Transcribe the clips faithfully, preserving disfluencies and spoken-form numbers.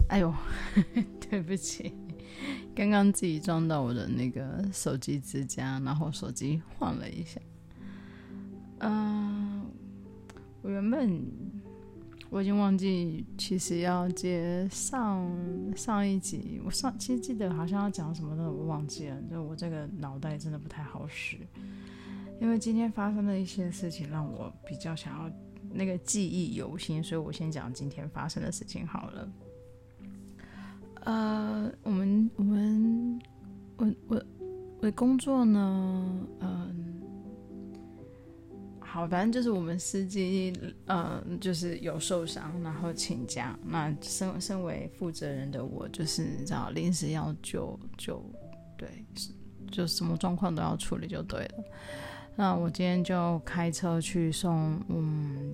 哎呦对不起，刚刚自己撞到我的那个手机支架，然后手机晃了一下。嗯、呃，我原本我已经忘记其实要接上上一集，我上其实记得好像要讲什么的我忘记了，就我这个脑袋真的不太好使，因为今天发生的一些事情让我比较想要那个记忆犹新，所以我先讲今天发生的事情好了。呃，我们我们我我我的工作呢，嗯，好，反正就是我们司机，呃，就是有受伤，然后请假。那身身为负责人的我，就是你知道，临时要救就对，就什么状况都要处理就对了。那我今天就开车去送，嗯，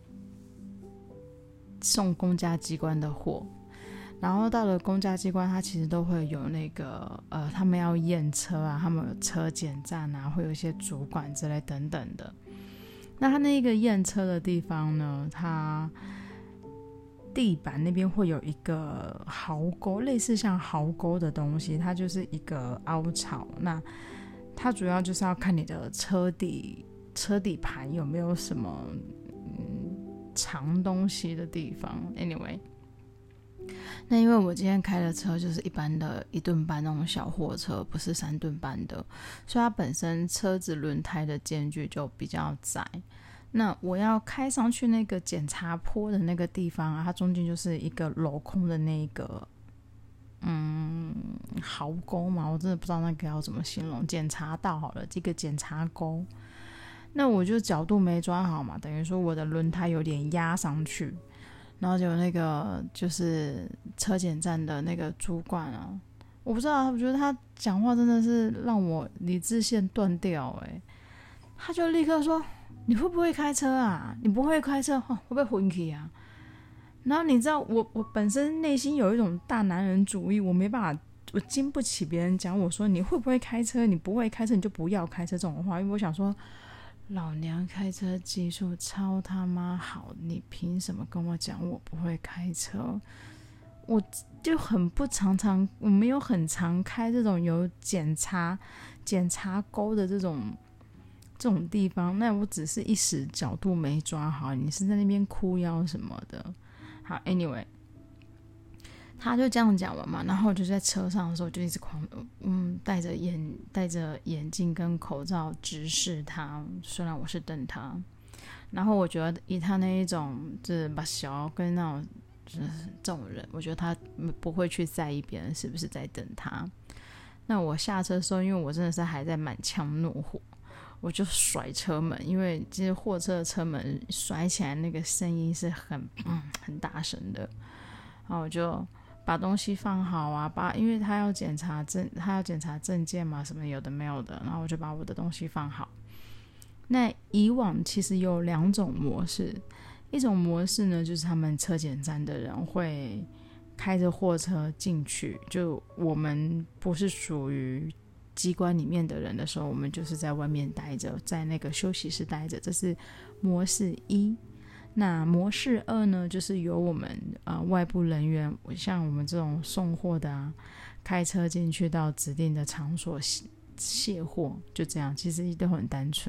送公家机关的货。然后到了公家机关，它其实都会有那个呃，他们要验车啊，他们有车检站啊，会有一些主管之类等等的。那他那个验车的地方呢，它地板那边会有一个壕沟，类似像壕沟的东西，它就是一个凹槽。那它主要就是要看你的车底车底盘有没有什么嗯藏东西的地方。Anyway。那因为我今天开的车就是一般的一吨半那种小货车，不是三吨半的，所以它本身车子轮胎的间距就比较窄。那我要开上去那个检查坡的那个地方啊，它中间就是一个镂空的那个嗯壕沟嘛，我真的不知道那个要怎么形容，检查道好了，这个检查沟。那我就角度没抓好嘛，等于说我的轮胎有点压上去。然后就那个就是车检站的那个主管啊，我不知道，我觉得他讲话真的是让我理智线断掉欸。他就立刻说：“你会不会开车啊？你不会开车，哦、会不会昏去啊？”然后你知道我我本身内心有一种大男人主义，我没办法，我经不起别人讲我说你会不会开车，你不会开车你就不要开车这种话，因为我想说。老娘开车技术超他妈好，你凭什么跟我讲我不会开车？我就很不常常，我没有很常开这种有检查检查沟的这种这种地方，那我只是一时角度没抓好，你是在那边哭腰什么的。好 ，anyway。他就这样讲完嘛，然后我就在车上的时候就一直狂嗯戴着眼戴着眼镜跟口罩直视他，虽然我是瞪他，然后我觉得以他那一种就是把小跟那种就是这种人，我觉得他不会去在意别人是不是在瞪他。那我下车的时候，因为我真的是还在满腔怒火，我就甩车门，因为其实货车的车门甩起来那个声音是很嗯很大声的，然后我就。把东西放好啊，把因为他要检查证，他要检查证件嘛，什么有的没有的，然后我就把我的东西放好。那以往其实有两种模式，一种模式呢，就是他们车检站的人会开着货车进去，就我们不是属于机关里面的人的时候，我们就是在外面待着，在那个休息室待着，这是模式一。那模式二呢，就是由我们、呃、外部人员，像我们这种送货的啊，开车进去到指定的场所卸货，就这样，其实都很单纯。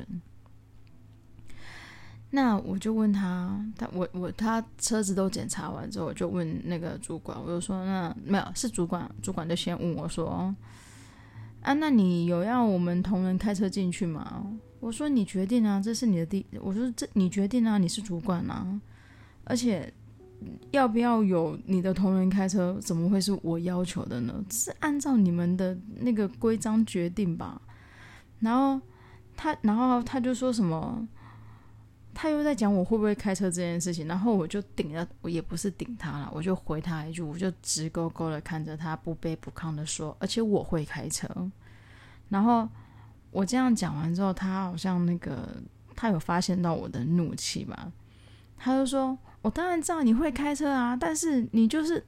那我就问他，他我我他车子都检查完之后，我就问那个主管，我就说那没有，是主管，主管就先问我说，啊，那你有要我们同仁开车进去吗？我说你决定啊，这是你的地，我说这你决定啊，你是主管啊，而且要不要有你的同仁开车，怎么会是我要求的呢？是按照你们的那个规章决定吧。然后他，然后他就说什么，他又在讲我会不会开车这件事情，然后我就顶了，我也不是顶他了，我就回他一句，我就直勾勾的看着他，不卑不亢的说，而且我会开车。然后我这样讲完之后，他好像那个他有发现到我的怒气吧，他就说我当然知道你会开车啊，但是你就是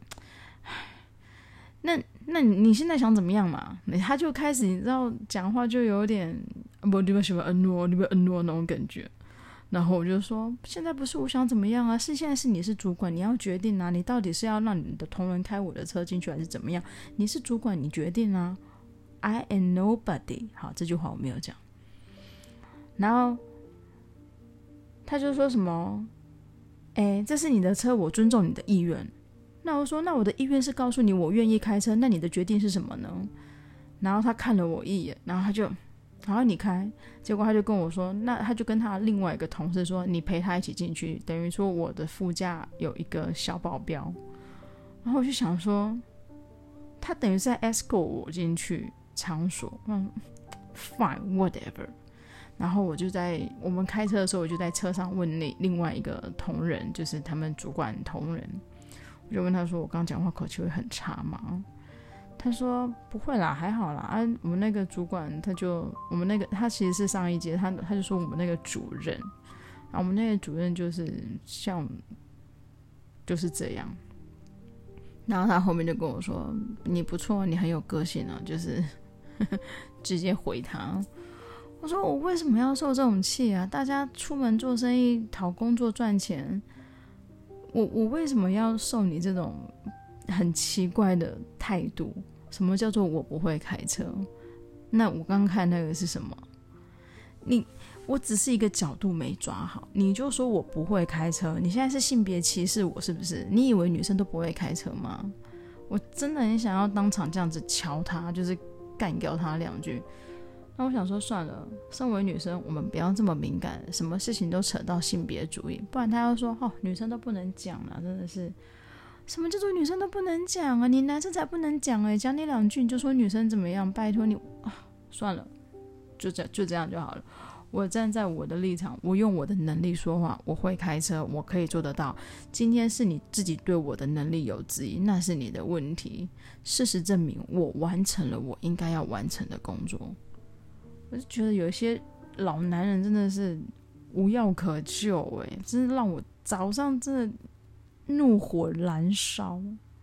那那你现在想怎么样嘛？他就开始你知道讲话就有点不你们喜欢恩诺你们恩诺那种感觉， 然后我就说现在不是我想怎么样啊，是现在是你是主管，你要决定啊，你到底是要让你的同仁开我的车进去还是怎么样，你是主管你决定啊， I am nobody。 好，这句话我没有讲。然后他就说什么哎，这是你的车，我尊重你的意愿。那我说那我的意愿是告诉你我愿意开车，那你的决定是什么呢？然后他看了我一眼，然后他就好你开，结果他就跟我说，那他就跟他另外一个同事说你陪他一起进去，等于说我的副驾有一个小保镖。然后我就想说他等于是在 escort 我进去场所，嗯 fine whatever。然后我就在我们开车的时候，我就在车上问另另外一个同仁，就是他们主管同仁，我就问他说我刚讲话口气会很差吗？他说不会啦，还好啦啊，我们那个主管他就我们那个他其实是上一届，他他就说我们那个主任，然后我们那个主任就是像就是这样。然后他后面就跟我说你不错，你很有个性啊，就是呵呵直接回他。我说我为什么要受这种气啊？大家出门做生意讨工作赚钱，我我为什么要受你这种很奇怪的态度？什么叫做我不会开车？那我刚看那个是什么？你我只是一个角度没抓好，你就说我不会开车，你现在是性别歧视我是不是？你以为女生都不会开车吗？我真的很想要当场这样子敲他，就是干掉他两句。那我想说算了，身为女生我们不要这么敏感，什么事情都扯到性别主义，不然他要说哦女生都不能讲啦，真的是什么叫做女生都不能讲啊？你男生才不能讲哎、欸，讲你两句你就说女生怎么样？拜托你啊，算了，就这就这样就好了。我站在我的立场，我用我的能力说话，我会开车，我可以做得到。今天是你自己对我的能力有质疑，那是你的问题。事实证明，我完成了我应该要完成的工作。我就觉得有一些老男人真的是无药可救欸，真的让我早上真的怒火燃烧。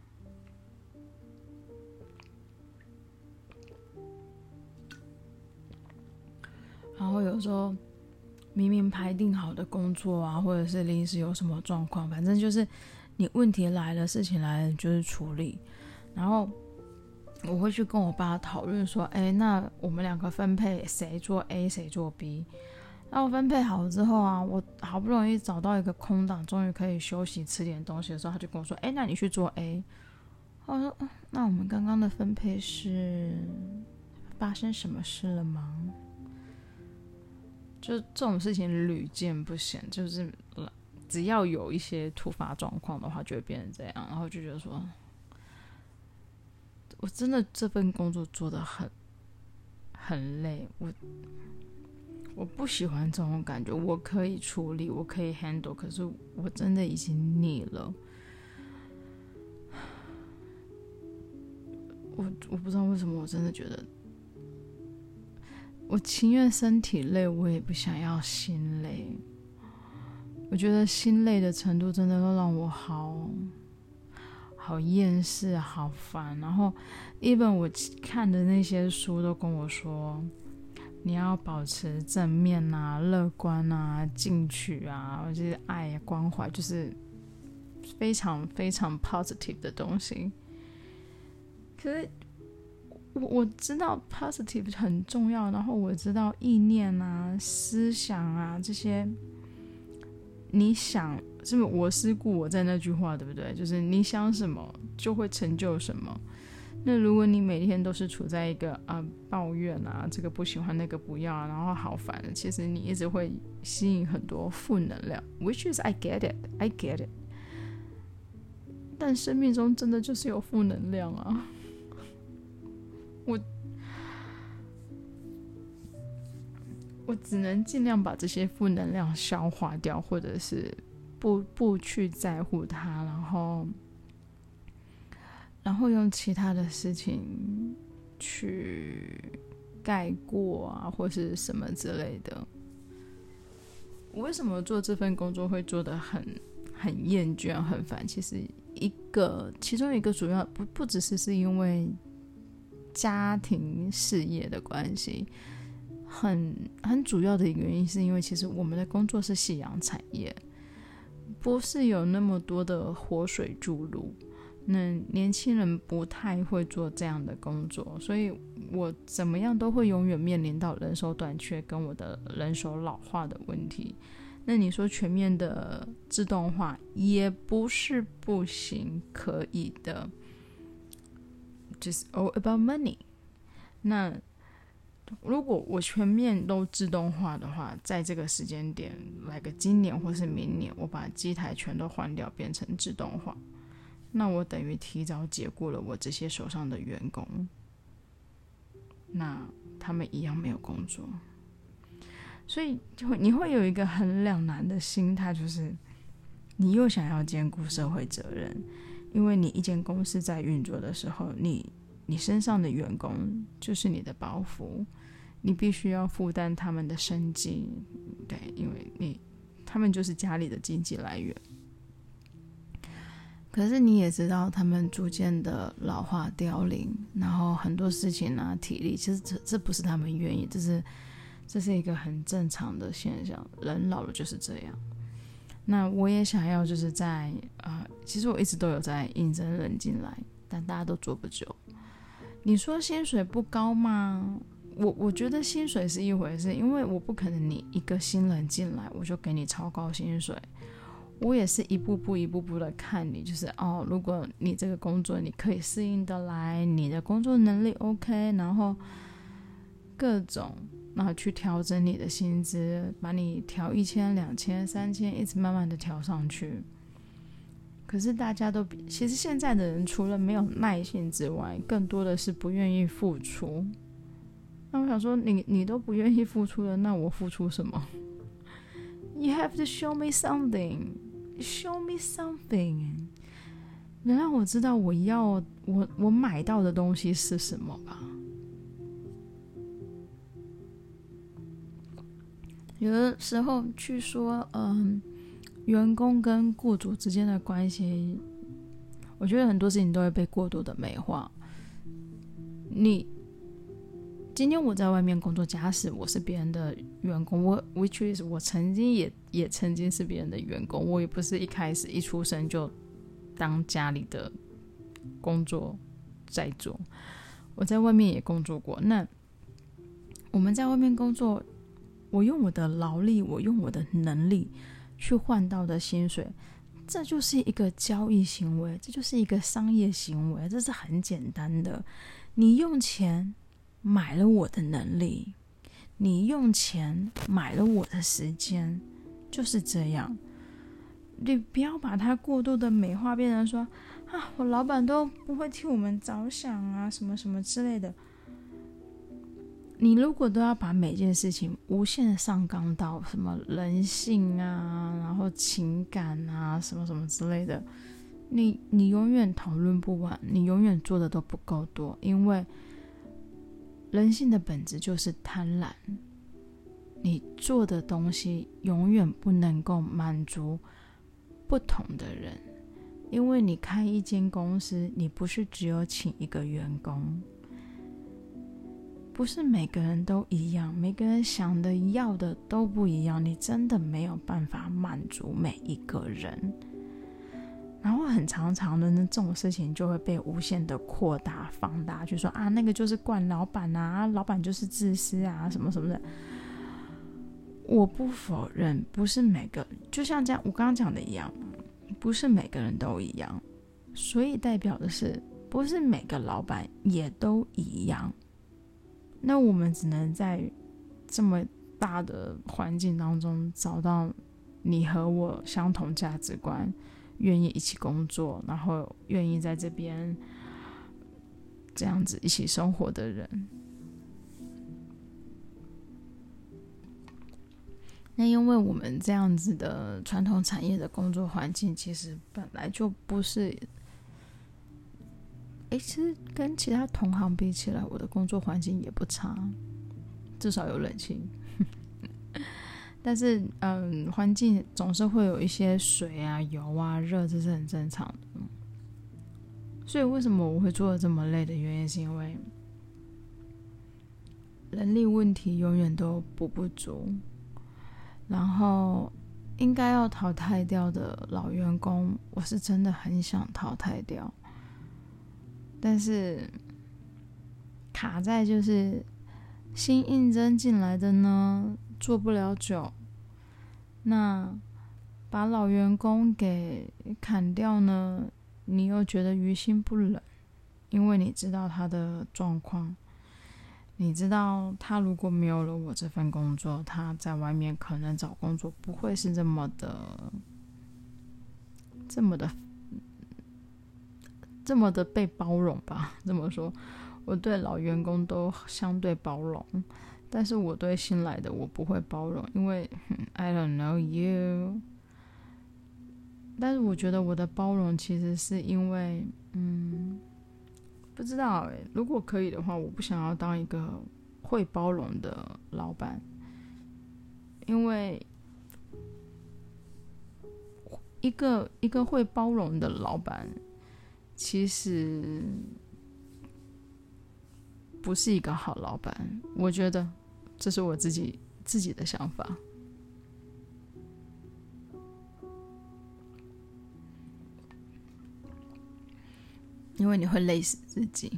然后有时候明明排定好的工作啊，或者是临时有什么状况，反正就是你问题来了，事情来了就是处理。然后我会去跟我爸讨论说，哎，那我们两个分配谁做 A 谁做 B。 那我分配好了之后啊，我好不容易找到一个空档，终于可以休息吃点东西的时候，他就跟我说，哎，那你去做 A。 我说那我们刚刚的分配是发生什么事了吗？就这种事情屡见不鲜，就是只要有一些突发状况的话就会变成这样。然后就觉得说我真的这份工作做得很很累，我我不喜欢这种感觉。我可以处理，我可以 handle， 可是我真的已经腻了。我我不知道为什么，我真的觉得我情愿身体累，我也不想要心累。我觉得心累的程度真的都让我好好厌世，好烦。然后 even 我看的那些书都跟我说，你要保持正面啊、乐观啊、进取啊，就是爱啊、关怀，就是非常非常 positive 的东西。可是我我知道 positive 很重要，然后我知道意念啊、思想啊这些，你想是不是我思故我在那句话对不对？就是你想什么就会成就什么。那如果你每天都是处在一个啊、呃、抱怨啊，这个不喜欢那个不要，然后好烦，其实你一直会吸引很多负能量。Which is I get it, I get it。但生命中真的就是有负能量啊。我我只能尽量把这些负能量消化掉，或者是不不去在乎它，然后然后用其他的事情去盖过啊，或是什么之类的。我为什么做这份工作会做得很很厌倦、很烦？其实一个其中一个主要不不只是是因为家庭事业的关系， 很很主要的一个原因是因为其实我们的工作是夕阳产业，不是有那么多的活水注入，那年轻人不太会做这样的工作，所以我怎么样都会永远面临到人手短缺跟我的人手老化的问题。那你说全面的自动化也不是不行，可以的， just all about money。 那如果我全面都自动化的话，在这个时间点来个今年或是明年，我把机台全都换掉变成自动化，那我等于提早解雇了我这些手上的员工，那他们一样没有工作。所以就会你会有一个很两难的心态，就是你又想要兼顾社会责任，因为你一间公司在运作的时候，你你身上的员工就是你的包袱，你必须要负担他们的生计，对，因为你他们就是家里的经济来源。可是你也知道他们逐渐的老化凋零，然后很多事情啊体力，其实 这, 这不是他们愿意，这是这是一个很正常的现象，人老了就是这样。那我也想要就是在呃，其实我一直都有在应征人进来，但大家都做不久。你说薪水不高吗？我我觉得薪水是一回事，因为我不可能你一个新人进来我就给你超高薪水，我也是一步步一步步的看你，就是哦，如果你这个工作你可以适应得来，你的工作能力 OK， 然后各种然后去调整你的薪资，把你调一千、两千、三千，一直慢慢的调上去。可是大家都比，其实现在的人除了没有耐性之外，更多的是不愿意付出。那我想说，你你都不愿意付出了，那我付出什么？ You have to show me something, show me something， 能让我知道我要我我买到的东西是什么吧。有的时候去说，嗯，员工跟雇主之间的关系，我觉得很多事情都会被过度的美化。你今天我在外面工作，假使我是别人的员工，我 which is 我曾经也也曾经是别人的员工，我也不是一开始一出生就当家里的工作在做，我在外面也工作过。那我们在外面工作，我用我的劳力，我用我的能力去换到的薪水，这就是一个交易行为，这就是一个商业行为，这是很简单的。你用钱买了我的能力，你用钱买了我的时间，就是这样。你不要把它过度的美化，变成说啊，我老板都不会替我们着想啊，什么什么之类的。你如果都要把每件事情无限的上纲到什么人性啊，然后情感啊，什么什么之类的，你你永远讨论不完，你永远做的都不够多，因为人性的本质就是贪婪，你做的东西永远不能够满足不同的人，因为你开一间公司，你不是只有请一个员工，不是每个人都一样，每个人想的要的都不一样，你真的没有办法满足每一个人。然后很常常的这种事情就会被无限的扩大放大，就说啊那个就是惯老板啊，老板就是自私啊，什么什么的。我不否认，不是每个，就像这样我刚刚讲的一样，不是每个人都一样，所以代表的是不是每个老板也都一样。那我们只能在这么大的环境当中找到你和我相同价值观，愿意一起工作，然后愿意在这边这样子一起生活的人。那因为我们这样子的传统产业的工作环境其实本来就不是，诶，其实跟其他同行比起来，我的工作环境也不差，至少有冷气但是嗯，环境总是会有一些水啊、油啊、热，这是很正常的。所以为什么我会做得这么累的原因，是因为人力问题永远都补不足，然后应该要淘汰掉的老员工，我是真的很想淘汰掉，但是卡在就是新应征进来的呢做不了久，那把老员工给砍掉呢，你又觉得于心不忍，因为你知道他的状况，你知道他如果没有了我这份工作，他在外面可能找工作不会是这么的这么的这么的被包容吧。这么说，我对老员工都相对包容，但是我对新来的我不会包容，因为 I don't know you。 但是我觉得我的包容其实是因为嗯不知道欸，如果可以的话，我不想要当一个会包容的老板，因为一个一个会包容的老板其实不是一个好老板，我觉得这是我自己自己的想法。因为你会累死自己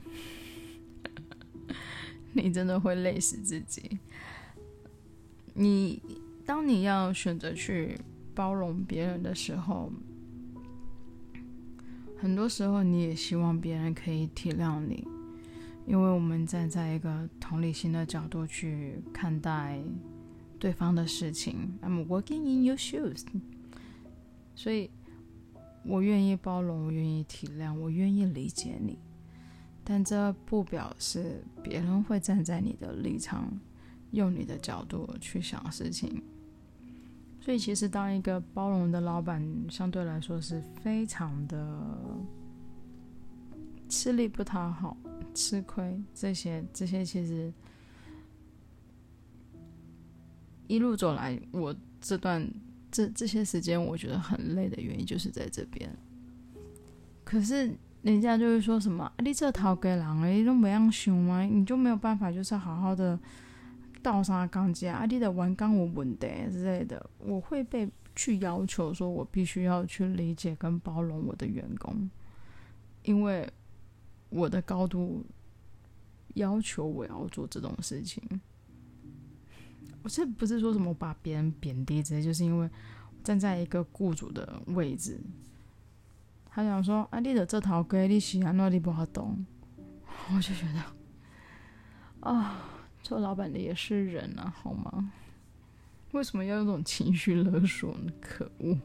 你真的会累死自己。你当你要选择去包容别人的时候，很多时候你也希望别人可以体谅你，因为我们站在一个同理心的角度去看待对方的事情。 I'm walking in your shoes， 所以我愿意包容，我愿意体谅，我愿意理解你，但这不表示别人会站在你的立场，用你的角度去想事情。所以其实当一个包容的老板相对来说是非常的吃力不讨好，吃亏，这些这些其实一路走来，我这段这这些时间我觉得很累的原因就是在这边。可是人家就会说什么、啊、你这头家人你都没样想吗？你就没有办法就是好好的倒三缸家啊，你的完工有问题之类的。我会被去要求说我必须要去理解跟包容我的员工，因为我的高度要求我要做这种事情。我这不是说什么把别人贬低之类，就是因为站在一个雇主的位置，他想说啊，你的这头家你是怎样你不懂，我就觉得啊，做老板的也是人啊，好吗？为什么要用这种情绪勒索呢？可恶！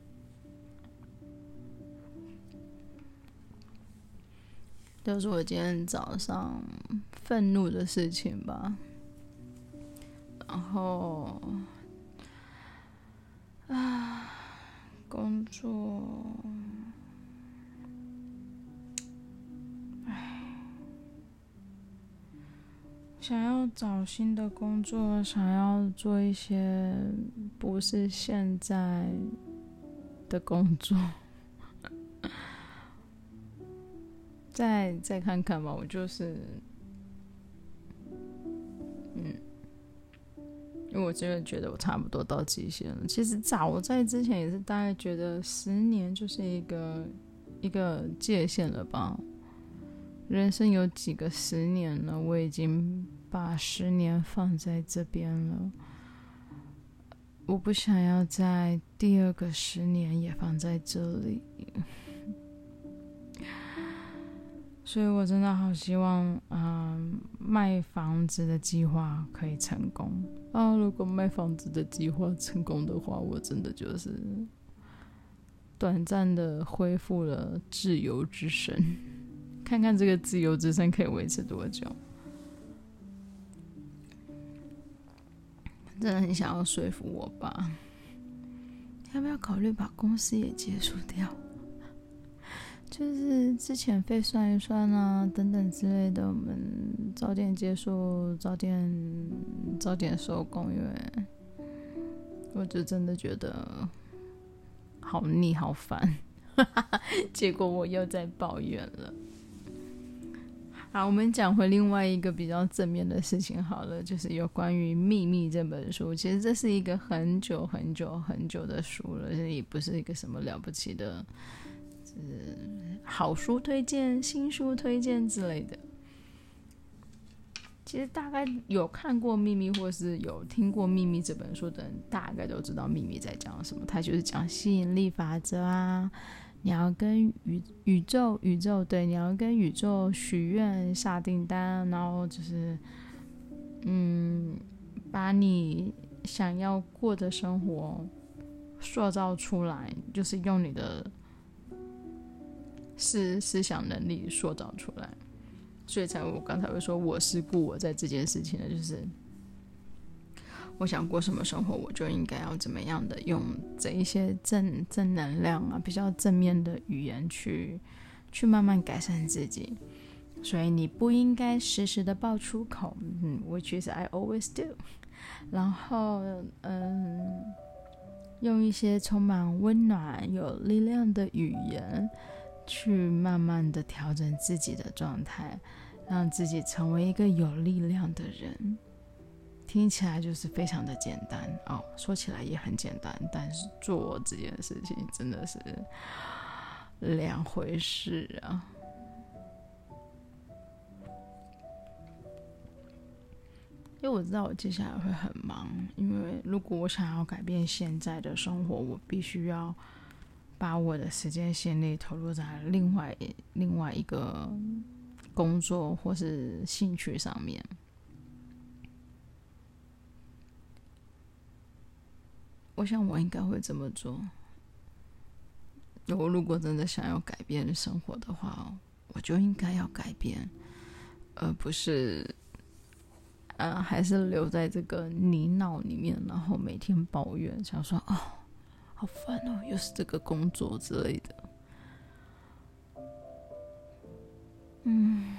就是我今天早上愤怒的事情吧。然后啊，工作，唉，想要找新的工作，想要做一些不是现在的工作，再再看看吧。我就是，嗯。因为我真的觉得我差不多到极限了。其实早在之前也是大概觉得十年就是一个一个界限了吧。人生有几个十年了，我已经把十年放在这边了。我不想要在第二个十年也放在这里。所以我真的好希望嗯，卖房子的计划可以成功啊！如果卖房子的计划成功的话，我真的就是短暂的恢复了自由之身，看看这个自由之身可以维持多久。真的很想要说服我爸，要不要考虑把公司也结束掉，就是之前费算一算啊，等等之类的，我们早点结束，早点早点收工，因为我就真的觉得好腻好烦结果我又在抱怨了。 好，我们讲回另外一个比较正面的事情好了，就是有关于《秘密》这本书。其实这是一个很久很久很久的书了，也不是一个什么了不起的，就是好书推荐、新书推荐之类的。其实大概有看过《秘密》或是有听过《秘密》这本书的人，大概都知道《秘密》在讲什么。它就是讲吸引力法则啊。你要跟 宇, 宇宙宇宙对，你要跟宇宙许愿下订单，然后就是嗯，把你想要过的生活塑造出来，就是用你的思思想能力塑造出来。所以才我刚才会说我是故我在这件事情的，就是我想过什么生活，我就应该要怎么样的用这一些正正能量啊，比较正面的语言去去慢慢改善自己。所以你不应该时时的爆出口，嗯 ，which is I always do。然后，嗯，用一些充满温暖、有力量的语言，去慢慢的调整自己的状态，让自己成为一个有力量的人。听起来就是非常的简单哦，说起来也很简单，但是做这件事情真的是两回事啊。因为我知道我接下来会很忙，因为如果我想要改变现在的生活，我必须要把我的时间心力投入在另外另外一个工作或是兴趣上面。我想我应该会这么做。我如果真的想要改变生活的话，我就应该要改变，而不是呃，还是留在这个泥淖里面，然后每天抱怨，想说哦，好烦哦，又是这个工作之类的。嗯，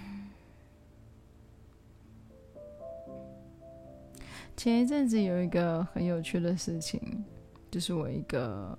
前一阵子有一个很有趣的事情，就是我一个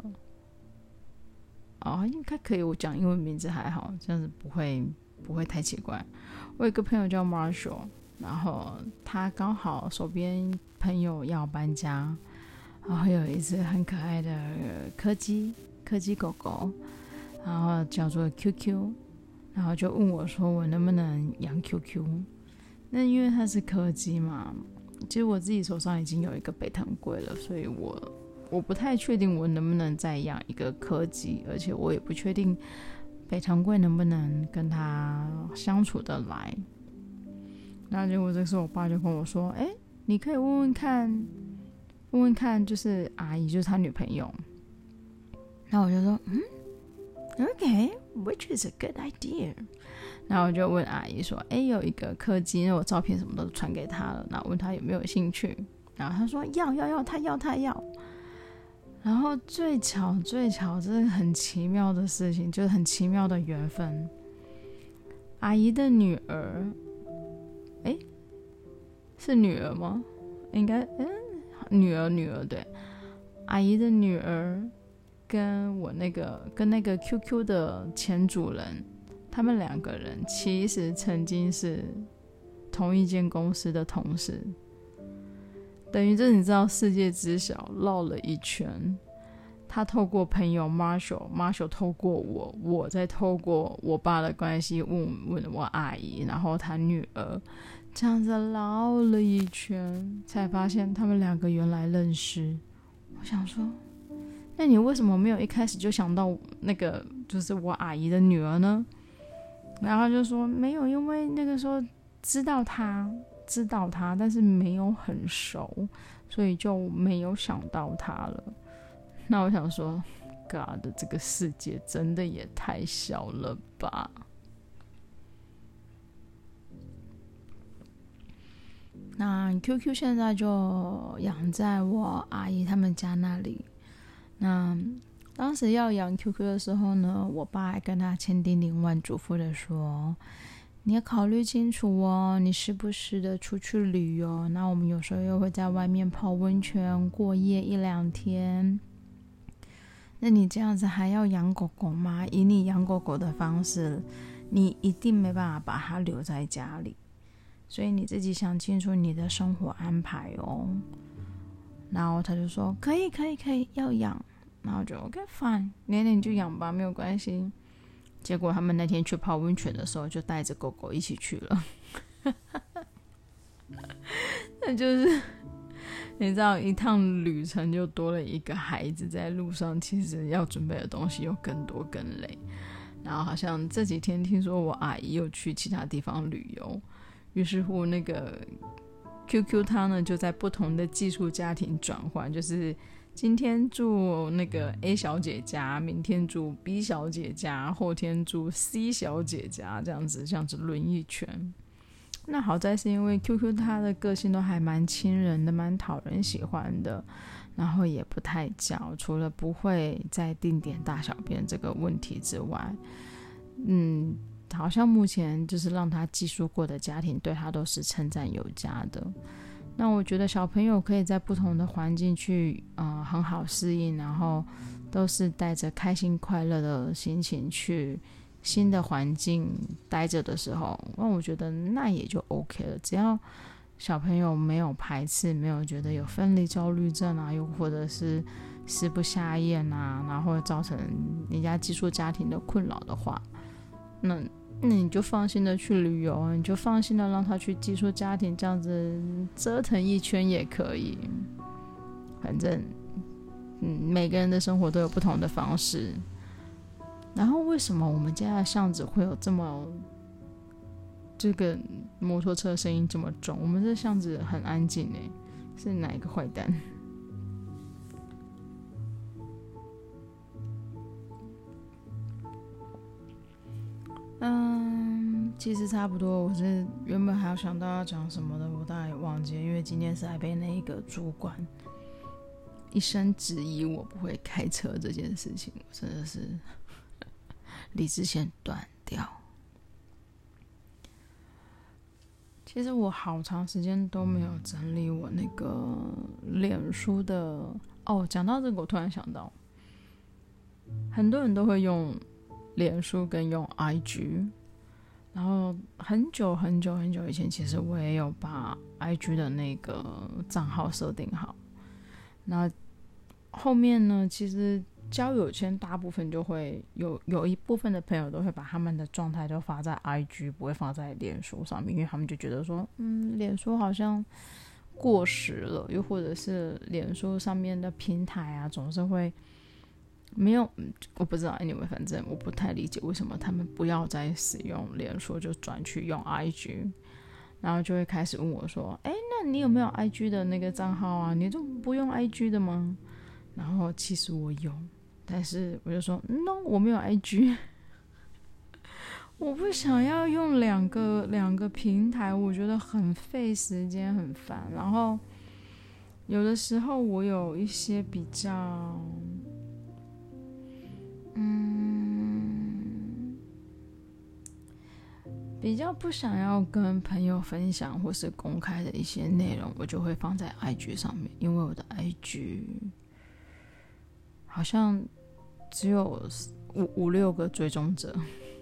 哦，应该可以，我讲英文名字还好，这样子不会不会太奇怪。我有一个朋友叫 Marshall， 然后他刚好手边朋友要搬家，然后有一只很可爱的柯基柯基狗狗，然后叫做 Q Q， 然后就问我说我能不能养 Q Q。 那因为它是柯基嘛，其实我自己手上已经有一个北藤龟了，所以我我不太确定我能不能再养一个柯基，而且我也不确定北藤龟能不能跟它相处得来。那结果这时候我爸就跟我说，哎，你可以问问看问问看就是阿姨，就是他女朋友。然后我就说嗯 OK which is a good idea。 然后我就问阿姨说，哎，有一个柯基，我照片什么都传给他了，然后问他有没有兴趣，然后他说要要要他要他要。然后最巧最巧，这是很奇妙的事情，就是很奇妙的缘分。阿姨的女儿，哎，是女儿吗？应该，嗯，女儿女儿对，阿姨的女儿跟我那个跟那个 Q Q 的前主人，他们两个人其实曾经是同一间公司的同事。等于这你知道世界知晓绕了一圈，他透过朋友 Marshall Marshall 透过我，我再透过我爸的关系问问我阿姨，然后他女儿，这样子绕了一圈，才发现他们两个原来认识。我想说，那你为什么没有一开始就想到那个就是我阿姨的女儿呢？然后就说没有，因为那个时候知道她知道他，但是没有很熟，所以就没有想到他了。那我想说 God， 这个世界真的也太小了吧。那 Q Q 现在就养在我阿姨他们家那里。那当时要养 Q Q 的时候呢，我爸还跟他千叮咛万嘱咐的说，你要考虑清楚哦，你时不时的出去旅游，那我们有时候又会在外面泡温泉过夜一两天，那你这样子还要养狗狗吗？以你养狗狗的方式， 你一定没办法把他留在家里，所以你自己想清楚你的生活安排哦。然后他就说可以可以可以要养，然后就 OK fine， 年年就养吧，没有关系。结果他们那天去泡温泉的时候，就带着狗狗一起去了。那就是你知道，一趟旅程就多了一个孩子在路上，其实要准备的东西又更多更累。然后好像这几天听说我阿姨又去其他地方旅游，于是乎那个 Q Q 它呢就在不同的寄宿家庭转换，就是今天住那个 A 小姐家，明天住 B 小姐家，后天住 C 小姐家，这样子这样子轮一圈。那好在是因为 Q Q 它的个性都还蛮亲人的，蛮讨人喜欢的，然后也不太叫，除了不会在定点大小便这个问题之外，嗯，好像目前就是让他寄宿过的家庭对他都是称赞有加的。那我觉得小朋友可以在不同的环境去呃很好适应，然后都是带着开心快乐的心情去新的环境待着的时候，那我觉得那也就 OK 了。只要小朋友没有排斥，没有觉得有分离焦虑症啊，又或者是食不下咽啊，然后造成人家寄宿家庭的困扰的话，那那你就放心的去旅游，你就放心的让他去寄宿家庭，这样子折腾一圈也可以。反正嗯，每个人的生活都有不同的方式。然后为什么我们家的巷子会有这么这个摩托车声音这么重？我们这巷子很安静耶，是哪一个坏蛋？嗯，其实差不多。我是原本还有想到要讲什么的，我大概也忘记了，因为今天是还被那个主管一声质疑我不会开车这件事情，我真的是理智线断掉。其实我好长时间都没有整理我那个脸书的哦。讲到这个，我突然想到，很多人都会用脸书跟用 I G， 然后很久很久很久以前，其实我也有把 I G 的那个账号设定好。那后面呢，其实交友圈大部分就会有有一部分的朋友都会把他们的状态都发在 I G， 不会放在脸书上面，因为他们就觉得说，嗯，脸书好像过时了，又或者是脸书上面的平台啊，总是会没有，我不知道 anyway， 反正我不太理解为什么他们不要再使用脸书，就转去用 I G， 然后就会开始问我说，哎，那你有没有 I G 的那个账号啊？你都不用 I G 的吗？然后其实我有，但是我就说 no， 我没有 I G， 我不想要用两个两个平台，我觉得很费时间，很烦。然后有的时候我有一些比较嗯比较不想要跟朋友分享或是公开的一些内容，我就会放在 I G 上面，因为我的 I G好像只有五五六个追踪者，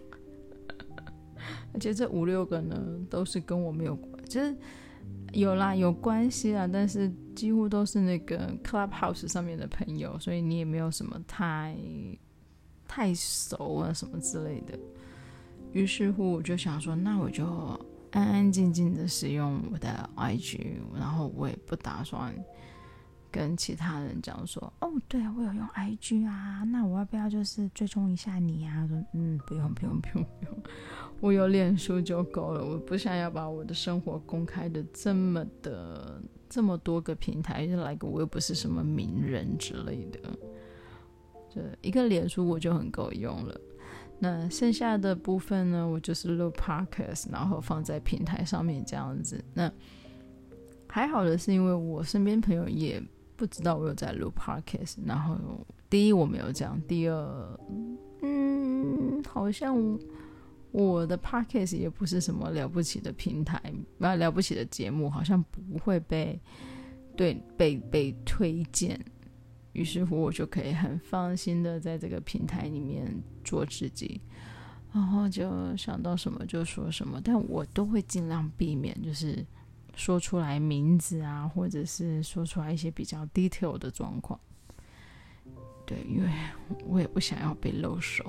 而且这五六个呢都是跟我没有关，就是有啦有关系啦，但是几乎都是那个 Clubhouse 上面的朋友，所以你也没有什么太太熟啊什么之类的。于是乎我就想说，那我就安安静静的使用我的 I G， 然后我也不打算跟其他人讲说，哦，对啊，我有用 I G 啊，那我要不要就是追踪一下你啊？说嗯，不用不用不用不用，我有脸书就够了，我不想要把我的生活公开的这么的这么多个平台，就来个我又不是什么名人之类的，就一个脸书我就很够用了。那剩下的部分呢，我就是录 podcast， 然后放在平台上面这样子。那还好的是，因为我身边朋友也不知道我有在录 podcast， 然后第一我没有这样，第二嗯，好像我的 podcast 也不是什么了不起的平台，啊，了不起的节目，好像不会被对被被推荐，于是乎我就可以很放心的在这个平台里面做自己。 然后就想到什么就说什么，但我都会尽量避免就是说出来名字啊，或者是说出来一些比较 detail 的状况。对，因为我也不想要被露手，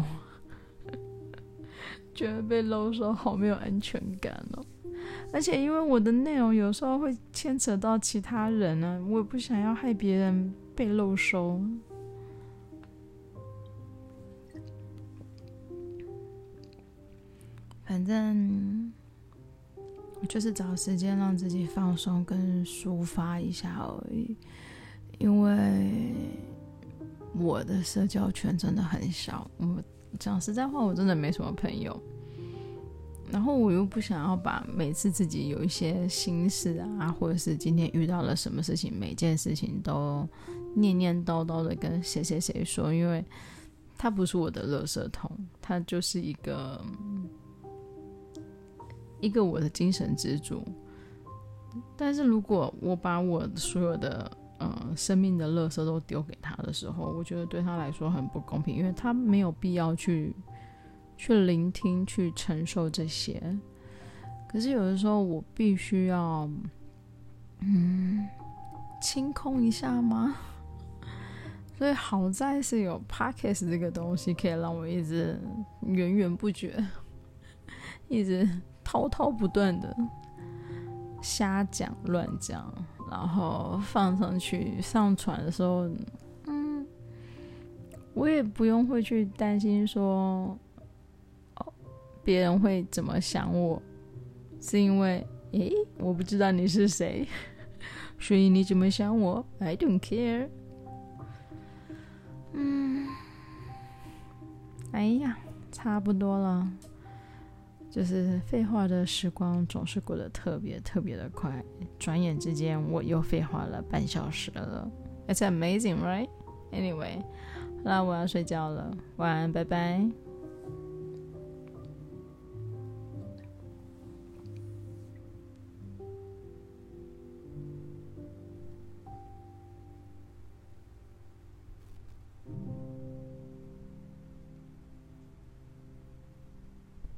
觉得被露手好没有安全感哦。而且因为我的内容有时候会牵扯到其他人啊，我也不想要害别人被露收。反正我就是找时间让自己放松跟抒发一下而已，因为我的社交圈真的很小，我讲实在话我真的没什么朋友，然后我又不想要把每次自己有一些心事啊，或者是今天遇到了什么事情，每件事情都念念叨叨的跟谁谁谁说，因为他不是我的垃圾桶，他就是一个一个我的精神支柱。但是如果我把我所有的呃生命的垃圾都丢给他的时候，我觉得对他来说很不公平，因为他没有必要去去聆听去承受这些。可是有的时候我必须要嗯清空一下吗？所以好在是有 Podcast 这个东西可以让我一直源源不绝一直滔滔不断的瞎讲乱讲，然后放上去上传的时候，嗯，我也不用会去担心说哦别人会怎么想我，是因为诶我不知道你是谁，所以你怎么想我 I don't care。 嗯，哎呀差不多了，就是废话的时光总是过得特别特别的快，转眼之间我又废话了半小时了。 It's amazing, right? Anyway， 那我要睡觉了，晚安，拜拜。